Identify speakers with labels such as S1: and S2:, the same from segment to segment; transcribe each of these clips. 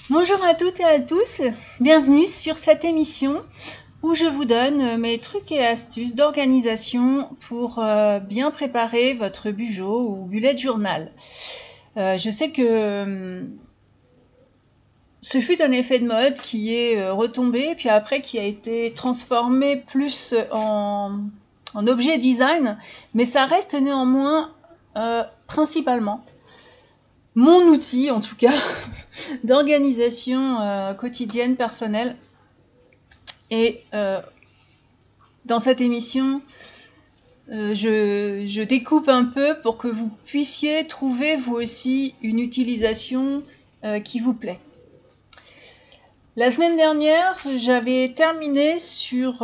S1: Bonjour à toutes et à tous, bienvenue sur cette émission où je vous donne mes trucs et astuces d'organisation pour bien préparer votre bugeot ou bullet journal. Je sais que ce fut un effet de mode qui est retombé, puis après qui a été transformé plus en objet design, mais ça reste néanmoins principalement mon outil, en tout cas, d'organisation quotidienne, personnelle. Et dans cette émission, je découpe un peu pour que vous puissiez trouver, vous aussi, une utilisation qui vous plaît. La semaine dernière, j'avais terminé sur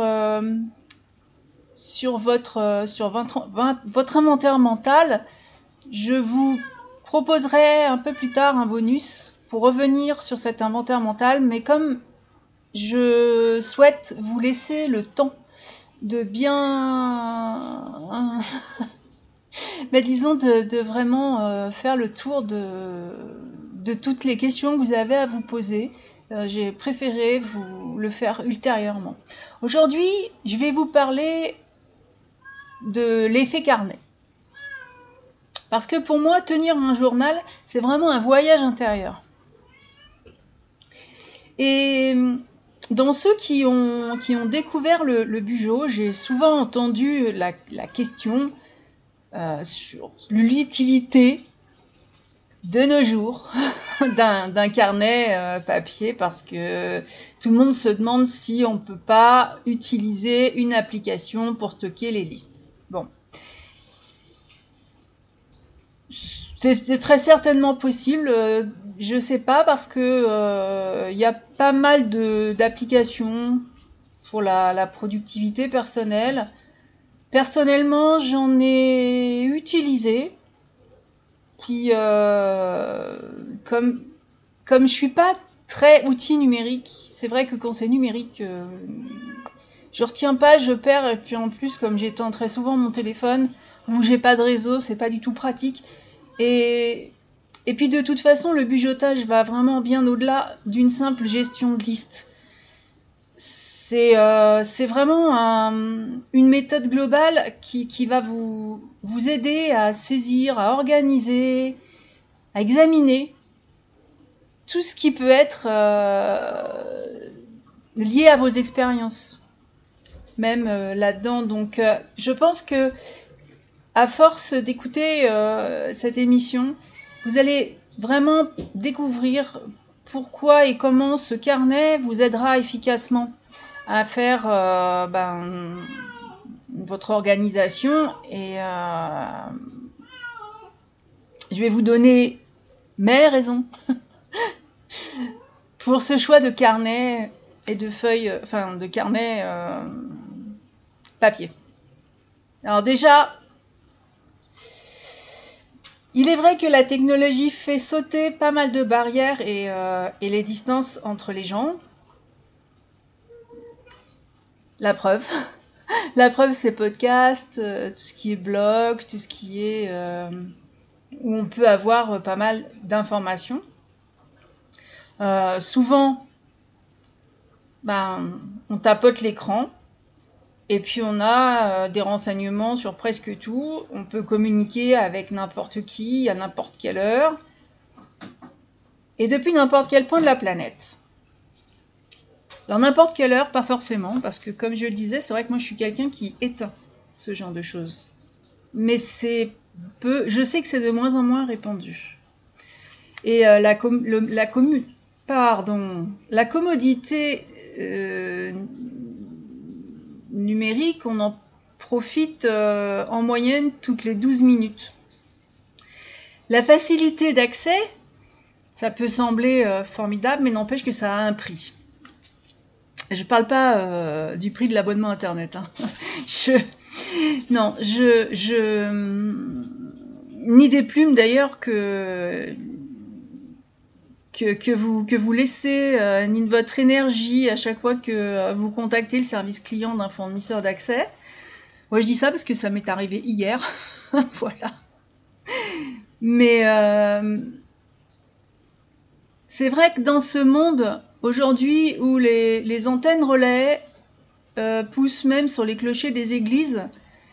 S1: votre inventaire mental. Je vous proposerai un peu plus tard un bonus pour revenir sur cet inventaire mental, mais comme je souhaite vous laisser le temps de bien disons de vraiment faire le tour de toutes les questions que vous avez à vous poser, j'ai préféré vous le faire ultérieurement. Aujourd'hui, je vais vous parler de l'effet carnet. Parce que pour moi, tenir un journal, c'est vraiment un voyage intérieur. Et dans ceux qui ont découvert le bugeot, j'ai souvent entendu la question sur l'utilité de nos jours d'un carnet papier, parce que tout le monde se demande si on ne peut pas utiliser une application pour stocker les listes. Bon. C'est très certainement possible, je sais pas, parce que y a pas mal d'applications pour la productivité personnelle. Personnellement, j'en ai utilisé, puis comme je suis pas très outil numérique, c'est vrai que quand c'est numérique, je retiens pas, je perds, et puis en plus, comme j'éteins très souvent mon téléphone, où j'ai pas de réseau, c'est pas du tout pratique. Et puis de toute façon, le bugeotage va vraiment bien au-delà d'une simple gestion de liste. C'est vraiment une méthode globale qui va vous aider à saisir, à organiser, à examiner tout ce qui peut être lié à vos expériences, même là-dedans. Donc je pense que à force d'écouter cette émission, vous allez vraiment découvrir pourquoi et comment ce carnet vous aidera efficacement à faire votre organisation. Et je vais vous donner mes raisons pour ce choix de carnet et de feuilles, de carnet papier. Alors déjà, il est vrai que la technologie fait sauter pas mal de barrières et les distances entre les gens. La preuve, c'est podcast, tout ce qui est blog, tout ce qui est où on peut avoir pas mal d'informations. Souvent, on tapote l'écran. Et puis on a des renseignements sur presque tout. On peut communiquer avec n'importe qui, à n'importe quelle heure, et depuis n'importe quel point de la planète. Alors n'importe quelle heure, pas forcément, parce que comme je le disais, c'est vrai que moi je suis quelqu'un qui éteint ce genre de choses. Mais je sais que c'est de moins en moins répandu. Et la commodité numérique, on en profite en moyenne toutes les 12 minutes. La facilité d'accès, ça peut sembler formidable, mais n'empêche que ça a un prix. Je parle pas du prix de l'abonnement internet. Hein. Ni des plumes d'ailleurs que vous laissez, ni de votre énergie à chaque fois que vous contactez le service client d'un fournisseur d'accès. Ouais, je dis ça parce que ça m'est arrivé hier. Voilà. Mais C'est vrai que dans ce monde, aujourd'hui, où les antennes relais poussent même sur les clochers des églises,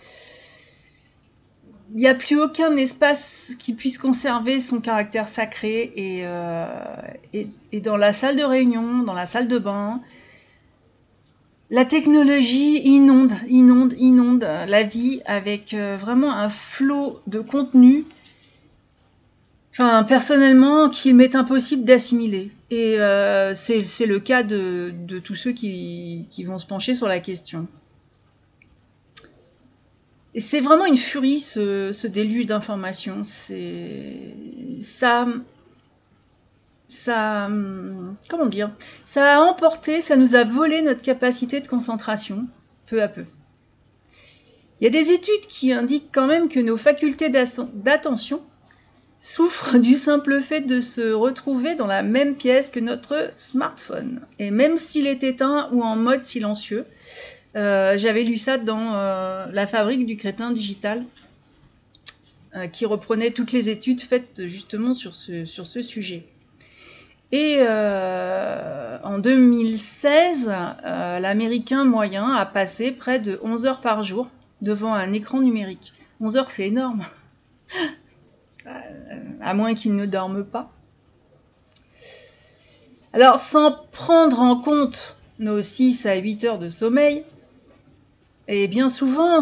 S1: il n'y a plus aucun espace qui puisse conserver son caractère sacré. Et dans la salle de réunion, dans la salle de bain, la technologie inonde la vie avec vraiment un flot de contenu, personnellement, qui m'est impossible d'assimiler. Et c'est le cas de tous ceux qui vont se pencher sur la question. Et c'est vraiment une furie, ce déluge d'informations. Comment dire, ça a emporté, ça nous a volé notre capacité de concentration, peu à peu. Il y a des études qui indiquent quand même que nos facultés d'attention souffrent du simple fait de se retrouver dans la même pièce que notre smartphone. Et même s'il est éteint ou en mode silencieux, j'avais lu ça dans La fabrique du crétin digital, qui reprenait toutes les études faites justement sur ce sujet. Et en 2016, l'Américain moyen a passé près de 11 heures par jour devant un écran numérique. 11 heures, c'est énorme, à moins qu'il ne dorme pas. Alors, sans prendre en compte nos 6 à 8 heures de sommeil, et bien souvent,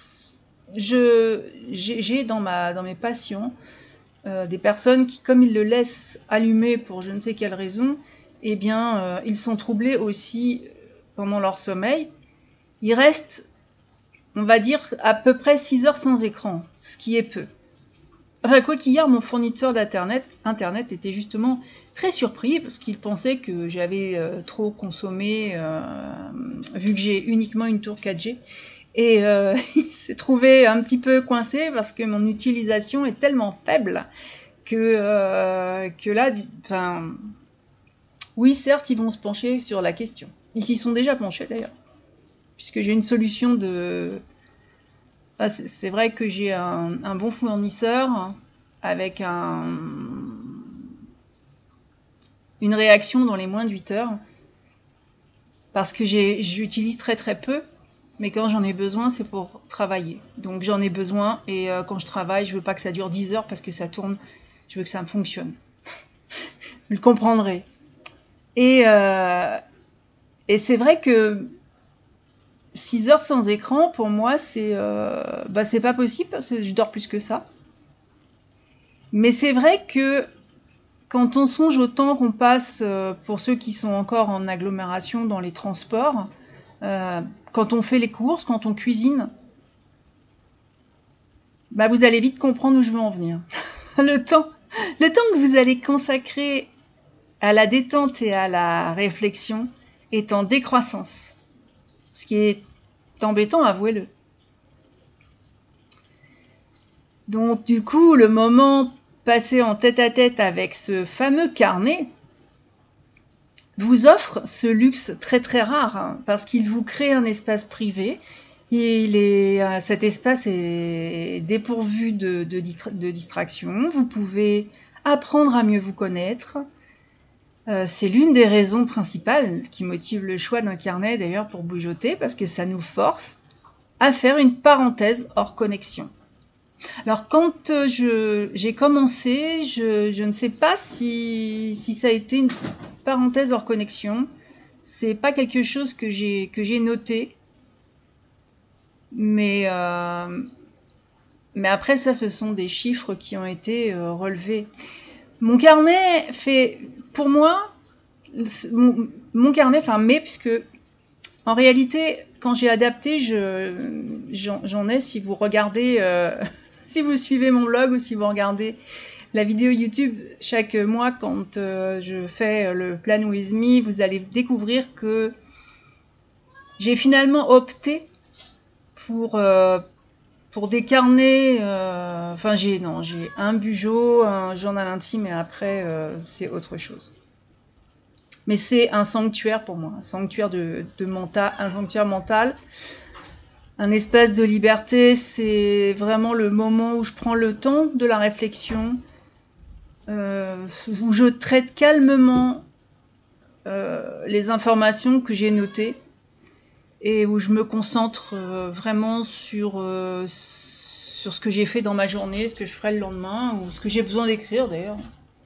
S1: j'ai dans mes patients des personnes qui, comme ils le laissent allumer pour je ne sais quelle raison, ils sont troublés aussi pendant leur sommeil. Ils restent, on va dire, à peu près 6 heures sans écran, ce qui est peu. Enfin, quoi qu'hier, mon fournisseur d'Internet était justement très surpris parce qu'il pensait que j'avais trop consommé, vu que j'ai uniquement une tour 4G. Et il s'est trouvé un petit peu coincé parce que mon utilisation est tellement faible que là, oui, certes, ils vont se pencher sur la question. Ils s'y sont déjà penchés d'ailleurs, puisque j'ai une solution de... c'est vrai que j'ai un bon fournisseur avec une réaction dans les moins de 8 heures, parce que j'utilise très très peu. Mais quand j'en ai besoin, c'est pour travailler. Donc j'en ai besoin, et quand je travaille, je veux pas que ça dure 10 heures parce que ça tourne. Je veux que ça fonctionne. Vous le comprendrez. Et c'est vrai que 6 heures sans écran, pour moi, c'est pas possible parce que je dors plus que ça. Mais c'est vrai que quand on songe au temps qu'on passe, pour ceux qui sont encore en agglomération dans les transports, quand on fait les courses, quand on cuisine, vous allez vite comprendre où je veux en venir. Le temps que vous allez consacrer à la détente et à la réflexion est en décroissance. Ce qui est embêtant, avouez-le. Donc du coup, le moment passé en tête-à-tête avec ce fameux carnet vous offre ce luxe très très rare, parce qu'il vous crée un espace privé. Cet espace est dépourvu de distractions. Vous pouvez apprendre à mieux vous connaître. C'est l'une des raisons principales qui motive le choix d'un carnet d'ailleurs pour bougeoter, parce que ça nous force à faire une parenthèse hors connexion. Alors quand j'ai commencé, je ne sais pas si ça a été une parenthèse hors connexion. C'est pas quelque chose que j'ai noté, mais après ça, ce sont des chiffres qui ont été relevés. Mon carnet fait, pour moi, mon carnet, puisque en réalité, quand j'ai adapté, j'en ai, si vous regardez, si vous suivez mon blog ou si vous regardez la vidéo YouTube chaque mois quand je fais le Plan With Me, vous allez découvrir que j'ai finalement opté pour des carnets, j'ai un bugeot, un journal intime et après c'est autre chose. Mais c'est un sanctuaire pour moi, un sanctuaire un sanctuaire mental, un espace de liberté. C'est vraiment le moment où je prends le temps de la réflexion, où je traite calmement les informations que j'ai notées et où je me concentre vraiment sur ce que j'ai fait dans ma journée, ce que je ferai le lendemain ou ce que j'ai besoin d'écrire d'ailleurs.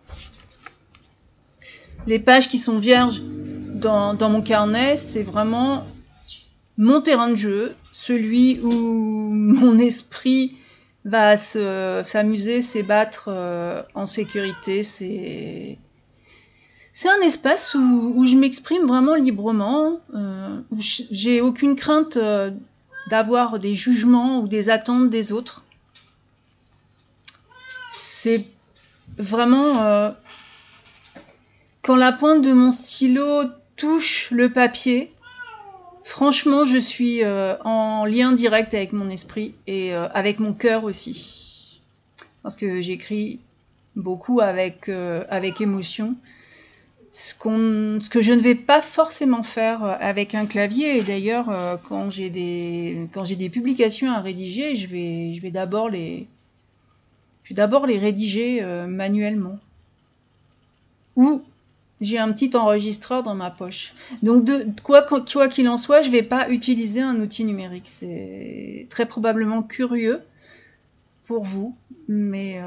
S1: Les pages qui sont vierges dans mon carnet, c'est vraiment mon terrain de jeu, celui où mon esprit va s'amuser, s'ébattre en sécurité. C'est un espace où je m'exprime vraiment librement, où j'ai aucune crainte d'avoir des jugements ou des attentes des autres. C'est vraiment quand la pointe de mon stylo touche le papier, franchement, je suis en lien direct avec mon esprit et avec mon cœur aussi. Parce que j'écris beaucoup avec émotion. Ce que je ne vais pas forcément faire avec un clavier. Et d'ailleurs, quand j'ai des publications à rédiger, je vais d'abord les rédiger manuellement. Ou j'ai un petit enregistreur dans ma poche. Donc, quoi qu'il en soit, je ne vais pas utiliser un outil numérique. C'est très probablement curieux pour vous, mais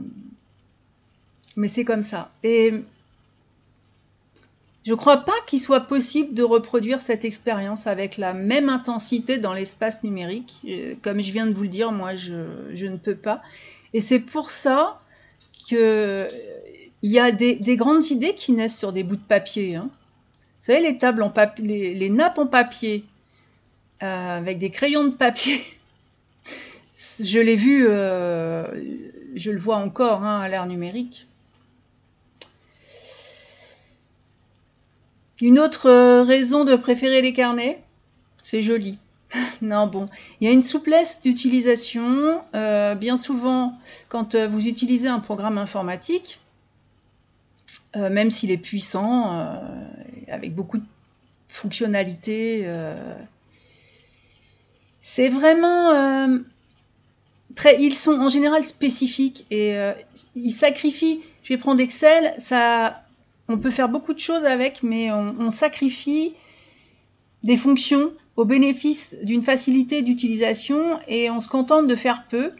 S1: c'est comme ça. Et je ne crois pas qu'il soit possible de reproduire cette expérience avec la même intensité dans l'espace numérique. Comme je viens de vous le dire, moi, je ne peux pas. Et c'est pour ça que il y a des grandes idées qui naissent sur des bouts de papier. Hein. Vous savez, les tables en papier, les nappes en papier, avec des crayons de papier. Je l'ai vu, je le vois encore à l'ère numérique. Une autre raison de préférer les carnets, c'est joli. Non, bon, il y a une souplesse d'utilisation. Bien souvent, quand vous utilisez un programme informatique, même s'il est puissant, avec beaucoup de fonctionnalités, c'est vraiment ils sont en général spécifiques et ils sacrifient. Je vais prendre Excel, on peut faire beaucoup de choses avec, mais on sacrifie des fonctions au bénéfice d'une facilité d'utilisation et on se contente de faire peu.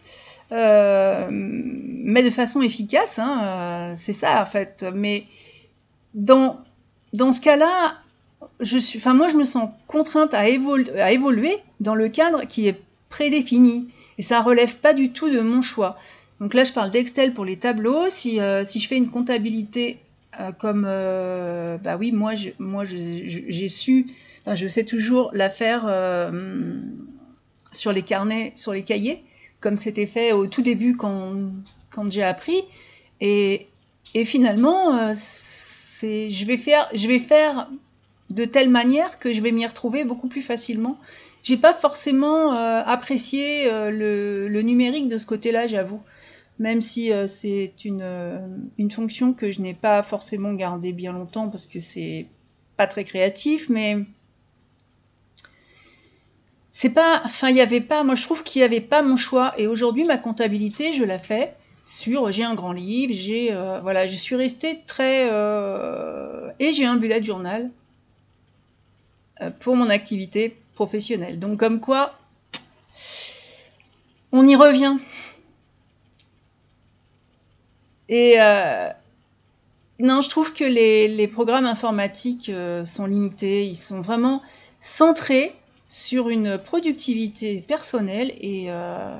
S1: Mais de façon efficace, c'est ça en fait. Mais dans ce cas-là, moi je me sens contrainte à évoluer dans le cadre qui est prédéfini et ça relève pas du tout de mon choix. Donc là, je parle d'Excel pour les tableaux. Si je fais une comptabilité comme, oui, moi j'ai su, je sais toujours la faire sur les carnets, sur les cahiers, comme c'était fait au tout début quand j'ai appris. Et finalement, je vais faire de telle manière que je vais m'y retrouver beaucoup plus facilement. J'ai pas forcément apprécié le numérique de ce côté-là, j'avoue. Même si c'est une fonction que je n'ai pas forcément gardée bien longtemps parce que c'est pas très créatif, mais c'est pas, il y avait pas, moi je trouve qu'il n'y avait pas mon choix. Et aujourd'hui, ma comptabilité, je la fais j'ai un grand livre, je suis restée très, et j'ai un bullet journal pour mon activité professionnelle. Donc comme quoi, on y revient. Et non, je trouve que les programmes informatiques sont limités, ils sont vraiment centrés sur une productivité personnelle et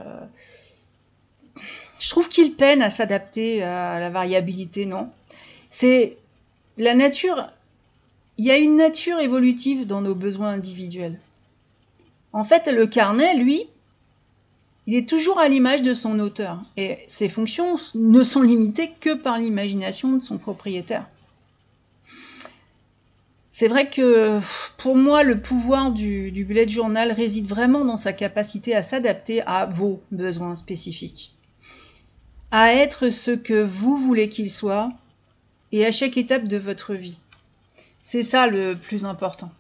S1: je trouve qu'ils peinent à s'adapter à la variabilité, non ? C'est la nature, il y a une nature évolutive dans nos besoins individuels. En fait, le carnet, lui, il est toujours à l'image de son auteur et ses fonctions ne sont limitées que par l'imagination de son propriétaire. C'est vrai que pour moi, le pouvoir du bullet journal réside vraiment dans sa capacité à s'adapter à vos besoins spécifiques, à être ce que vous voulez qu'il soit et à chaque étape de votre vie. C'est ça le plus important.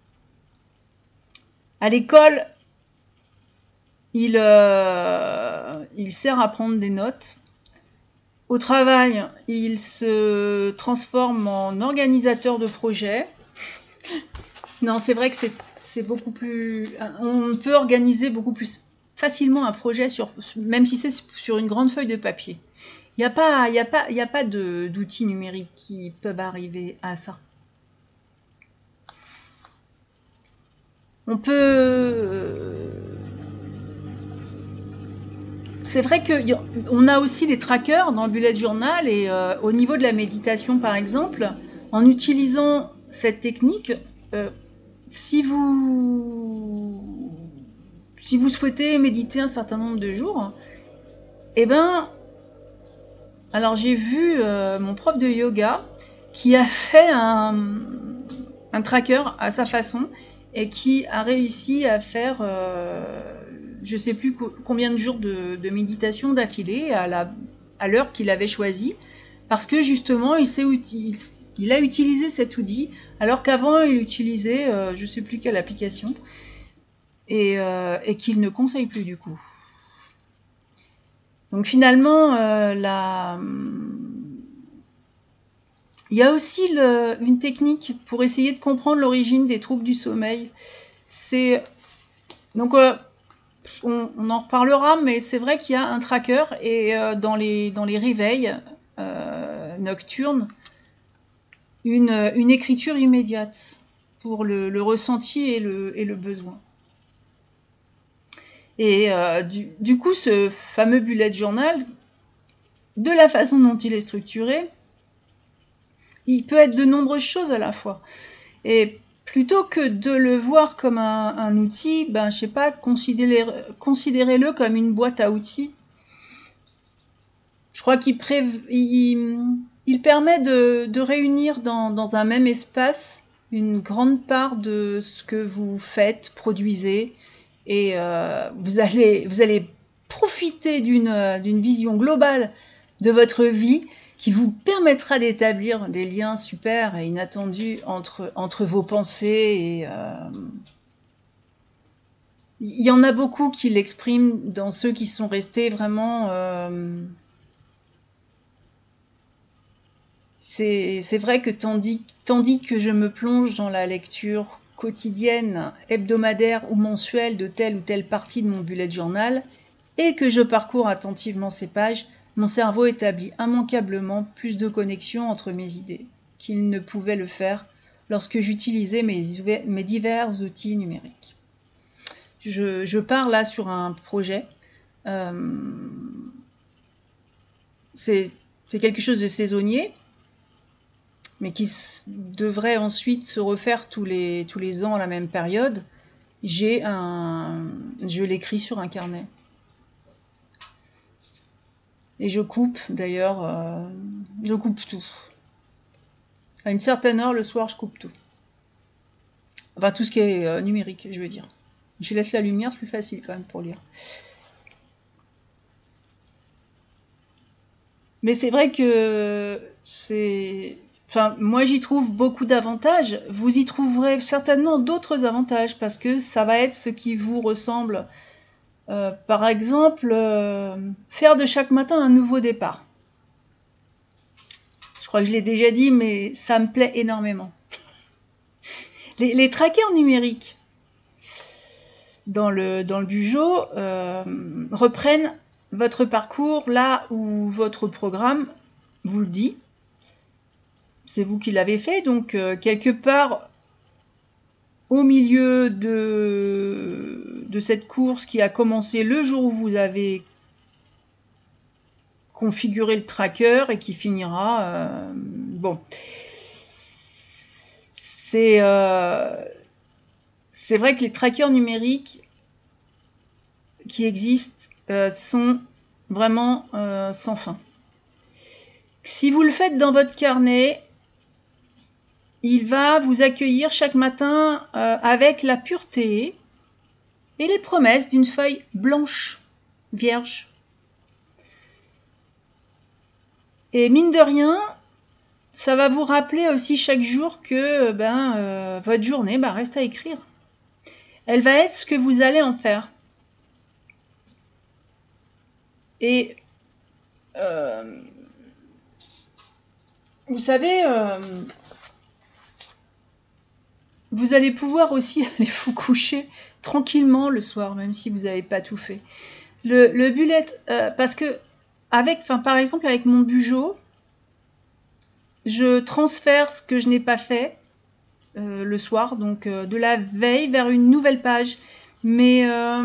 S1: À l'école, il sert à prendre des notes, Au travail, il se transforme en organisateur de projet. Non, c'est vrai que c'est beaucoup plus... On peut organiser beaucoup plus facilement un projet, même si c'est sur une grande feuille de papier. Il n'y a pas d'outils numériques qui peuvent arriver à ça. On peut... C'est vrai qu'on a aussi des trackers dans le bullet journal et au niveau de la méditation par exemple, en utilisant cette technique, si vous souhaitez méditer un certain nombre de jours, eh ben, alors j'ai vu mon prof de yoga qui a fait un tracker à sa façon et qui a réussi à faire je ne sais plus combien de jours de méditation d'affilée à l'heure qu'il avait choisie, parce que justement il a utilisé cet outil, alors qu'avant il utilisait je ne sais plus quelle application, et qu'il ne conseille plus du coup. Donc finalement, il y a aussi une technique pour essayer de comprendre l'origine des troubles du sommeil. Donc on en reparlera, mais c'est vrai qu'il y a un tracker et dans les réveils nocturnes, une écriture immédiate pour le ressenti et le besoin. Et du coup, ce fameux bullet journal, de la façon dont il est structuré, il peut être de nombreuses choses à la fois. Et plutôt que de le voir comme un outil, je sais pas, considérez-le comme une boîte à outils. Je crois qu'il permet de réunir dans un même espace une grande part de ce que vous faites, produisez, et vous allez profiter d'une vision globale de votre vie qui vous permettra d'établir des liens super et inattendus entre vos pensées. Et il y en a beaucoup qui l'expriment dans ceux qui sont restés vraiment... c'est vrai que tandis que je me plonge dans la lecture quotidienne, hebdomadaire ou mensuelle de telle ou telle partie de mon bullet journal, et que je parcours attentivement ces pages, mon cerveau établit immanquablement plus de connexions entre mes idées qu'il ne pouvait le faire lorsque j'utilisais mes divers outils numériques. Je pars là sur un projet. C'est quelque chose de saisonnier, mais qui devrait ensuite se refaire tous les ans à la même période. Je l'écris sur un carnet. Et je coupe, d'ailleurs, je coupe tout. À une certaine heure, le soir, je coupe tout. Enfin, tout ce qui est numérique, je veux dire. Je laisse la lumière, c'est plus facile quand même pour lire. Mais c'est vrai que moi, j'y trouve beaucoup d'avantages. Vous y trouverez certainement d'autres avantages parce que ça va être ce qui vous ressemble. Par exemple, faire de chaque matin un nouveau départ. Je crois que je l'ai déjà dit, mais ça me plaît énormément. Les trackers numériques dans le Bugeot reprennent votre parcours là où votre programme vous le dit. C'est vous qui l'avez fait, donc quelque part au milieu de cette course qui a commencé le jour où vous avez configuré le tracker et qui finira... bon. C'est vrai que les trackers numériques qui existent sont vraiment sans fin. Si vous le faites dans votre carnet, il va vous accueillir chaque matin avec la pureté et les promesses d'une feuille blanche, vierge. Et mine de rien, ça va vous rappeler aussi chaque jour que votre journée reste à écrire. Elle va être ce que vous allez en faire. Et vous savez, vous allez pouvoir aussi aller vous coucher tranquillement le soir, même si vous n'avez pas tout fait. Le bullet, parce que par exemple avec mon Bujo, je transfère ce que je n'ai pas fait le soir, donc de la veille vers une nouvelle page. Mais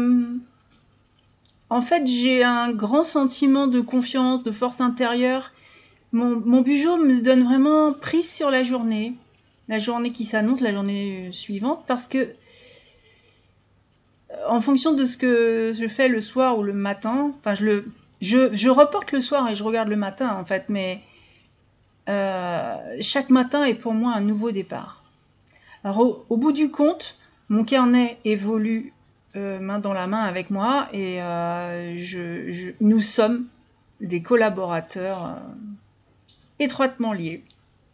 S1: en fait, j'ai un grand sentiment de confiance, de force intérieure. Mon Bujo me donne vraiment prise sur la journée qui s'annonce, la journée suivante, parce que en fonction de ce que je fais le soir ou le matin, enfin je reporte le soir et je regarde le matin en fait, mais chaque matin est pour moi un nouveau départ. Alors au bout du compte, mon carnet évolue main dans la main avec moi et nous sommes des collaborateurs étroitement liés.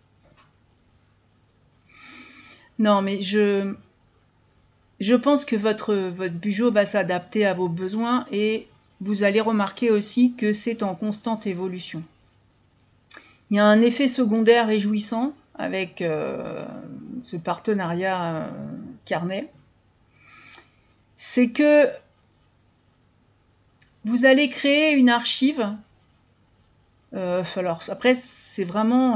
S1: Non, mais je pense que votre Bujo va s'adapter à vos besoins et vous allez remarquer aussi que c'est en constante évolution. Il y a un effet secondaire réjouissant avec ce partenariat carnet. C'est que vous allez créer une archive. Alors après, c'est vraiment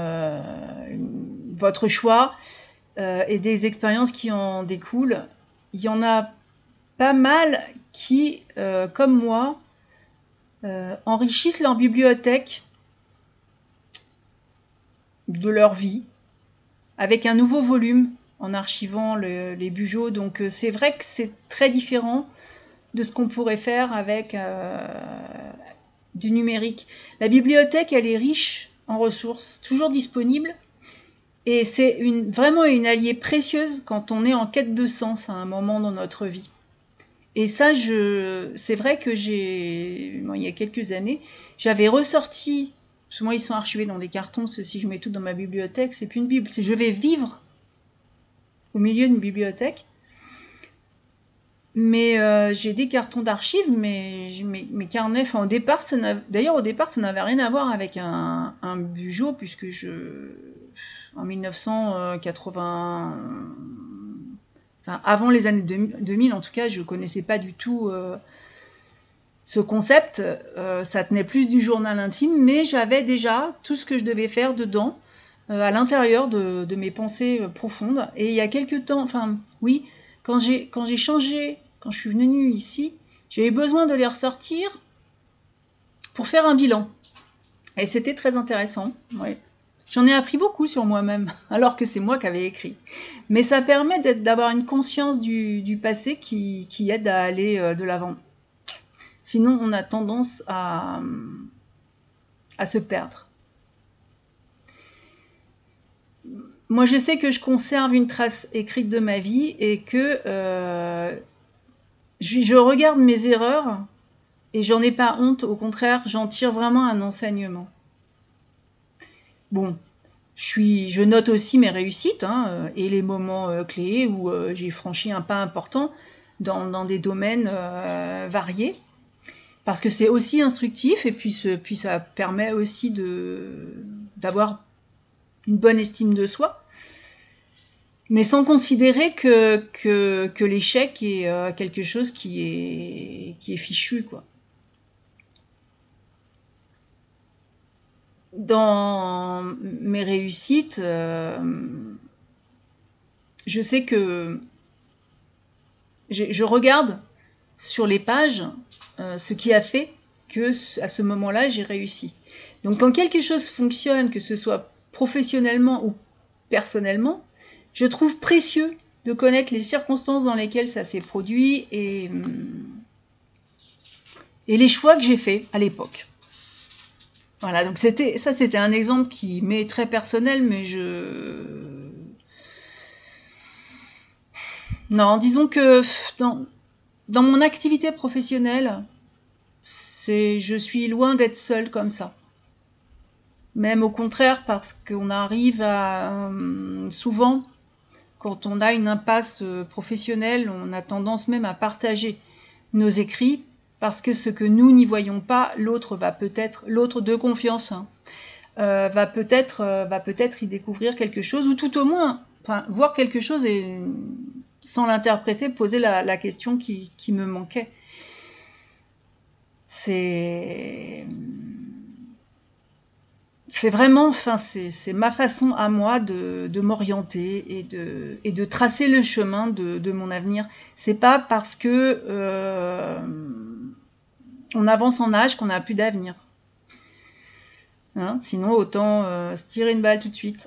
S1: votre choix et des expériences qui en découlent. Il y en a pas mal qui, comme moi, enrichissent leur bibliothèque de leur vie avec un nouveau volume en archivant les Bujo. Donc c'est vrai que c'est très différent de ce qu'on pourrait faire avec du numérique. La bibliothèque, elle est riche en ressources, toujours disponible, et c'est vraiment une alliée précieuse quand on est en quête de sens à un moment dans notre vie. Et ça, c'est vrai que il y a quelques années, j'avais ressorti, parce que moi ils sont archivés dans des cartons, si je mets tout dans ma bibliothèque, c'est plus une bible, c'est je vais vivre au milieu d'une bibliothèque. Mais j'ai des cartons d'archives, mais mes carnets, enfin au départ, ça n'avait rien à voir avec un Bujo, puisque en 1980, enfin avant les années 2000 en tout cas, je connaissais pas du tout ce concept. Ça tenait plus du journal intime, mais j'avais déjà tout ce que je devais faire dedans, à l'intérieur de mes pensées profondes. Et il y a quelques temps, enfin oui, quand j'ai changé, quand je suis venue ici, j'avais besoin de les ressortir pour faire un bilan. Et c'était très intéressant. Ouais. J'en ai appris beaucoup sur moi-même, alors que c'est moi qui avais écrit. Mais ça permet d'avoir une conscience du passé qui aide à aller de l'avant. Sinon, on a tendance à se perdre. Moi, je sais que je conserve une trace écrite de ma vie et que je regarde mes erreurs et j'en ai pas honte. Au contraire, j'en tire vraiment un enseignement. Bon, je note aussi mes réussites et les moments clés où j'ai franchi un pas important dans des domaines variés. Parce que c'est aussi instructif et puis ça permet aussi d'avoir une bonne estime de soi, mais sans considérer que l'échec est quelque chose qui est fichu, quoi. Dans mes réussites, je sais que je regarde sur les pages ce qui a fait que à ce moment-là j'ai réussi. Donc quand quelque chose fonctionne, que ce soit professionnellement ou personnellement, je trouve précieux de connaître les circonstances dans lesquelles ça s'est produit et les choix que j'ai faits à l'époque. Voilà, donc c'était un exemple qui m'est très personnel, mais non, disons que dans mon activité professionnelle, je suis loin d'être seule comme ça. Même au contraire, parce qu'on arrive à souvent, quand on a une impasse professionnelle, on a tendance même à partager nos écrits, parce que ce que nous n'y voyons pas, l'autre de confiance va peut-être y découvrir quelque chose, ou tout au moins voir quelque chose et sans l'interpréter, poser la question qui me manquait. C'est vraiment, c'est ma façon à moi de m'orienter et de tracer le chemin de mon avenir. C'est pas parce que on avance en âge qu'on n'a plus d'avenir. Hein, sinon, autant se tirer une balle tout de suite.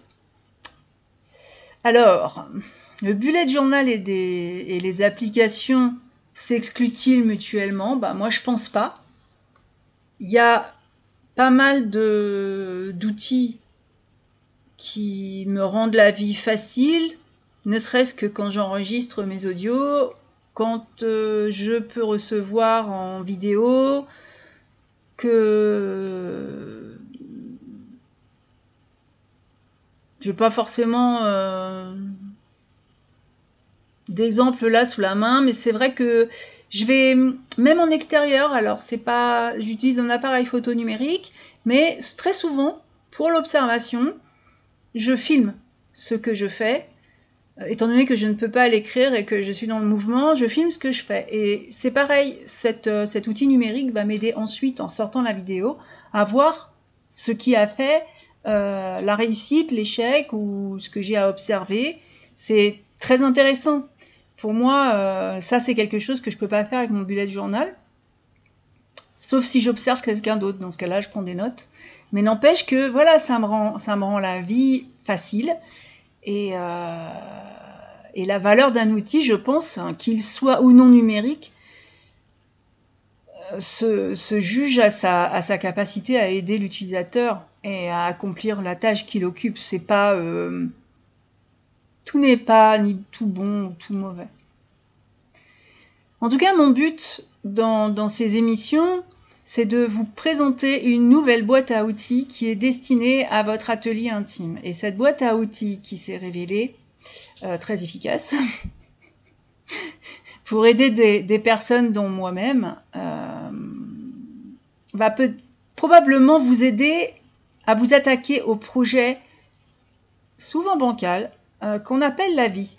S1: Alors, le bullet journal et les applications s'excluent-ils mutuellement ? Moi, je pense pas. Il y a pas mal d'outils qui me rendent la vie facile, ne serait-ce que quand j'enregistre mes audios, quand je peux recevoir en vidéo, que je n'ai pas forcément d'exemple là sous la main, mais c'est vrai que je vais, même en extérieur, alors j'utilise un appareil photo numérique, mais très souvent, pour l'observation, je filme ce que je fais, étant donné que je ne peux pas l'écrire et que je suis dans le mouvement, je filme ce que je fais. Et c'est pareil, cet outil numérique va m'aider ensuite, en sortant la vidéo, à voir ce qui a fait la réussite, l'échec ou ce que j'ai à observer. C'est très intéressant. Pour moi, ça c'est quelque chose que je ne peux pas faire avec mon bullet journal, sauf si j'observe quelqu'un d'autre. Dans ce cas-là, je prends des notes. Mais n'empêche que voilà, ça me rend la vie facile. Et la valeur d'un outil, je pense, qu'il soit ou non numérique, se juge à sa capacité à aider l'utilisateur et à accomplir la tâche qu'il occupe. C'est pas tout n'est pas ni tout bon ou tout mauvais. En tout cas, mon but dans ces émissions, c'est de vous présenter une nouvelle boîte à outils qui est destinée à votre atelier intime. Et cette boîte à outils qui s'est révélée très efficace pour aider des personnes dont moi-même va probablement vous aider à vous attaquer au projet souvent bancal qu'on appelle la vie.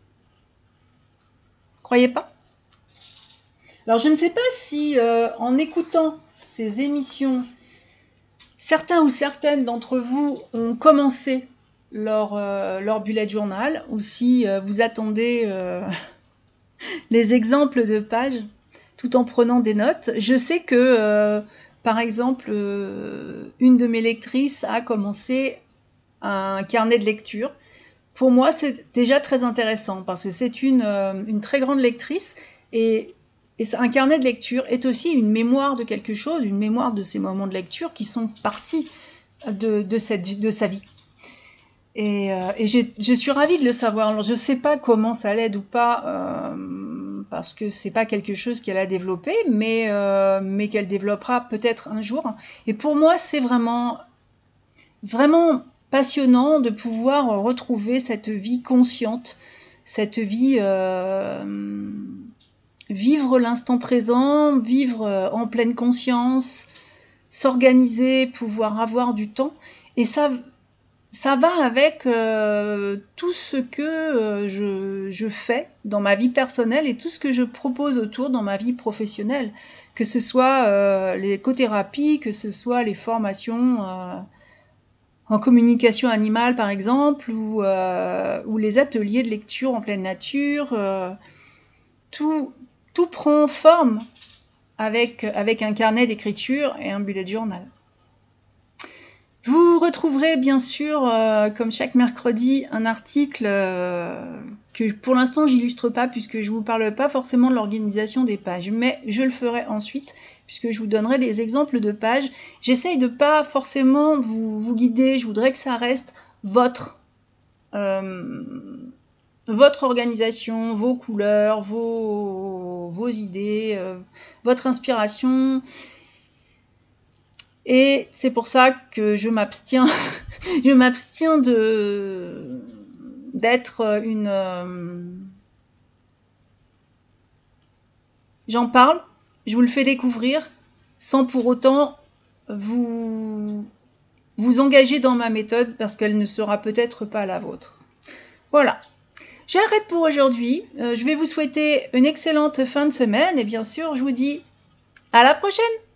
S1: Croyez pas ? Alors je ne sais pas si en écoutant ces émissions, certains ou certaines d'entre vous ont commencé leur bullet journal, ou si vous attendez les exemples de pages tout en prenant des notes. Je sais que, par exemple, une de mes lectrices a commencé un carnet de lecture. Pour moi, c'est déjà très intéressant parce que c'est une très grande lectrice et un carnet de lecture est aussi une mémoire de quelque chose, une mémoire de ces moments de lecture qui sont partis de sa vie. Et je suis ravie de le savoir. Alors, je ne sais pas comment ça l'aide ou pas, parce que c'est pas quelque chose qu'elle a développé, mais qu'elle développera peut-être un jour. Et pour moi, c'est vraiment, vraiment passionnant de pouvoir retrouver cette vie consciente, cette vie, vivre l'instant présent, vivre en pleine conscience, s'organiser, pouvoir avoir du temps. Et ça va avec tout ce que je fais dans ma vie personnelle et tout ce que je propose autour dans ma vie professionnelle, que ce soit l'écothérapie, que ce soit les formations en communication animale par exemple, ou les ateliers de lecture en pleine nature. Tout prend forme avec un carnet d'écriture et un bullet journal. Vous retrouverez bien sûr, comme chaque mercredi, un article que pour l'instant j'illustre pas puisque je vous parle pas forcément de l'organisation des pages, mais je le ferai ensuite puisque je vous donnerai des exemples de pages. J'essaye de pas forcément vous guider, je voudrais que ça reste votre organisation, vos couleurs, vos idées, votre inspiration. Et c'est pour ça que je m'abstiens d'être une... J'en parle, je vous le fais découvrir, sans pour autant vous vous engager dans ma méthode parce qu'elle ne sera peut-être pas la vôtre. Voilà. J'arrête pour aujourd'hui. Je vais vous souhaiter une excellente fin de semaine et bien sûr, je vous dis à la prochaine!